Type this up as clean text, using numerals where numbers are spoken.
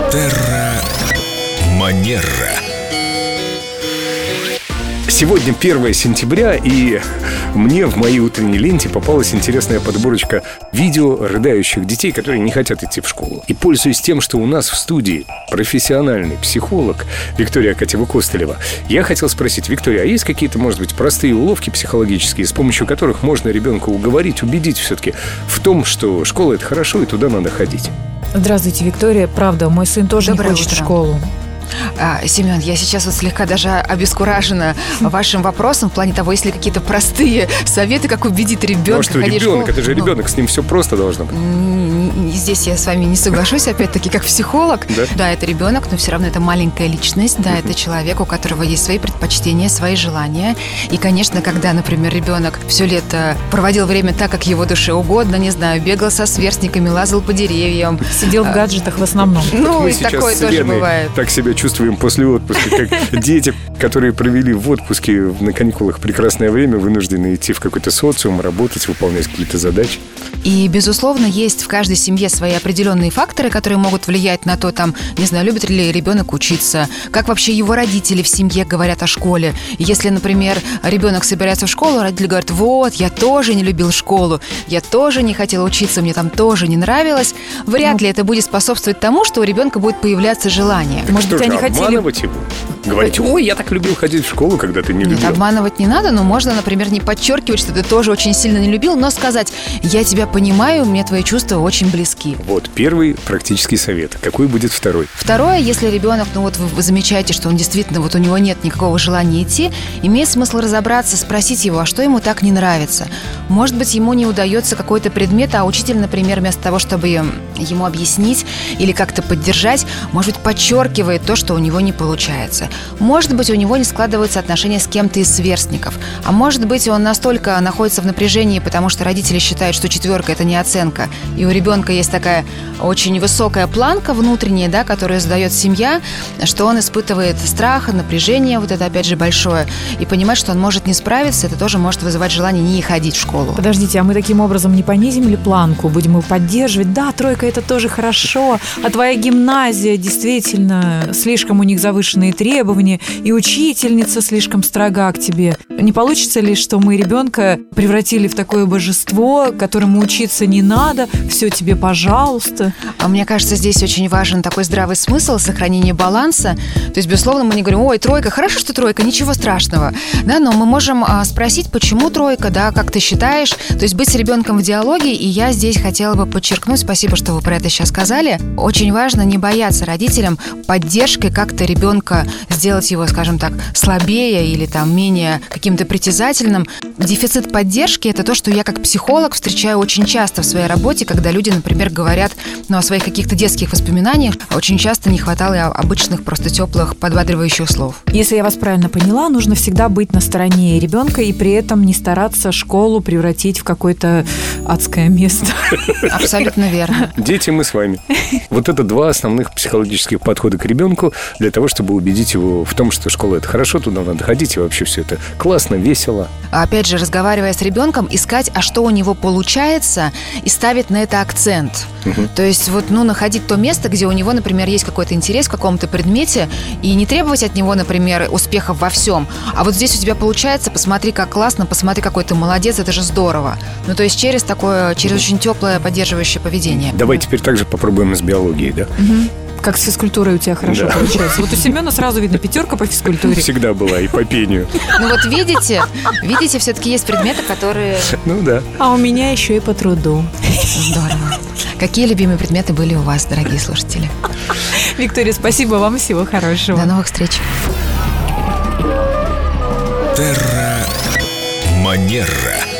Терра Манера. Сегодня 1 сентября, и мне в моей утренней ленте попалась интересная подборочка видео рыдающих детей, которые не хотят идти в школу. И пользуясь тем, что у нас в студии профессиональный психолог Виктория Акатьева-Костылева, я хотел спросить: Виктория, а есть какие-то, может быть, простые уловки психологические, с помощью которых можно ребенка уговорить, убедить все-таки в том, что школа — это хорошо, и туда надо ходить? Здравствуйте, Виктория. Правда, мой сын тоже не хочет в школу. Семен, я сейчас вот слегка даже обескуражена вашим вопросом в плане того, есть ли какие-то простые советы, как убедить ребенка ходить в школу. Это же ребенок, с ним все просто должно быть. Здесь я с вами не соглашусь, опять-таки, как психолог. Да, это ребенок, но все равно это маленькая личность, да, это человек, у которого есть свои предпочтения, свои желания. И, конечно, когда, например, ребенок все лето проводил время так, как его душе угодно, не знаю, бегал со сверстниками, лазал по деревьям. Сидел в гаджетах в основном. Ну, и такое тоже бывает. Так себя чувствуем после отпуска, как дети, которые провели в отпуске на каникулах прекрасное время, вынуждены идти в какой-то социум, работать, выполнять какие-то задачи. И, безусловно, есть в каждой семье свои определенные факторы, которые могут влиять на то, там, не знаю, любит ли ребенок учиться, как вообще его родители в семье говорят о школе. Если, например, ребенок собирается в школу, родители говорят: вот, я тоже не любил школу, я тоже не хотел учиться, мне там тоже не нравилось, вряд ли это будет способствовать тому, что у ребенка будет появляться желание. Так может быть, они хотели обманывать его? Говорить: ой, я так любил ходить в школу, когда ты не любил. Нет, обманывать не надо, но можно, например, не подчеркивать, что ты тоже очень сильно не любил, но сказать: я тебя понимаю, мне твои чувства очень близки. Вот первый практический совет. Какой будет второй? Второе, если ребенок, вы замечаете, что он действительно, у него нет никакого желания идти, имеет смысл разобраться, спросить его, а что ему так не нравится. Может быть, ему не удается какой-то предмет, а учитель, например, вместо того, чтобы ему объяснить или как-то поддержать, может быть, подчеркивает то, что у него не получается. Может быть, у него не складываются отношения с кем-то из сверстников. А может быть, он настолько находится в напряжении, потому что родители считают, что 4 – это не оценка. И у ребенка есть такая очень высокая планка внутренняя, да, которую задает семья, что он испытывает страх, напряжение, вот это опять же большое. И понимать, что он может не справиться, это тоже может вызывать желание не ходить в школу. Подождите, а мы таким образом не понизим ли планку? Будем его поддерживать? Да, 3 – это тоже хорошо. А твоя гимназия действительно слишком, у них завышенные требования, и учительница слишком строга к тебе. Не получится ли, что мы ребенка превратили в такое божество, которому учиться не надо, все тебе, пожалуйста? Мне кажется, здесь очень важен такой здравый смысл, сохранение баланса. То есть, безусловно, мы не говорим: ой, 3, хорошо, что 3, ничего страшного. Да, но мы можем спросить, почему 3, да, как ты считаешь. То есть быть с ребенком в диалоге. И я здесь хотела бы подчеркнуть, спасибо, что вы про это сейчас сказали, очень важно не бояться родителям поддержкой как-то ребенка сделать его, скажем так, слабее или там менее каким-то притязательным. Дефицит поддержки – это то, что я как психолог встречаю очень часто в своей работе, когда люди, например, говорят о своих каких-то детских воспоминаниях. Очень часто не хватало обычных, просто теплых, подбадривающих слов. Если я вас правильно поняла, нужно всегда быть на стороне ребенка и при этом не стараться школу превратить в какое-то адское место. Абсолютно верно. Дети, мы с вами. Вот это 2 основных психологических подхода к ребенку для того, чтобы убедить его в том, что школа — это хорошо, туда надо ходить, и вообще все это классно, весело. Опять же, разговаривая с ребенком, искать, а что у него получается, и ставить на это акцент. То есть находить то место, где у него, например, есть какой-то интерес в каком-то предмете, и не требовать от него, например, успехов во всем. А вот здесь у тебя получается, посмотри, как классно, посмотри, какой ты молодец, это же здорово. То есть через очень теплое поддерживающее поведение. Давай теперь также попробуем с биологией, да? Как с физкультурой у тебя хорошо получается. Вот у Семена сразу видно 5 по физкультуре. Всегда была, и по пению. Видите, все-таки есть предметы, которые... Да. А у меня еще и по труду. Здорово. Какие любимые предметы были у вас, дорогие слушатели? Виктория, спасибо вам, всего хорошего. До новых встреч. Терра Манера.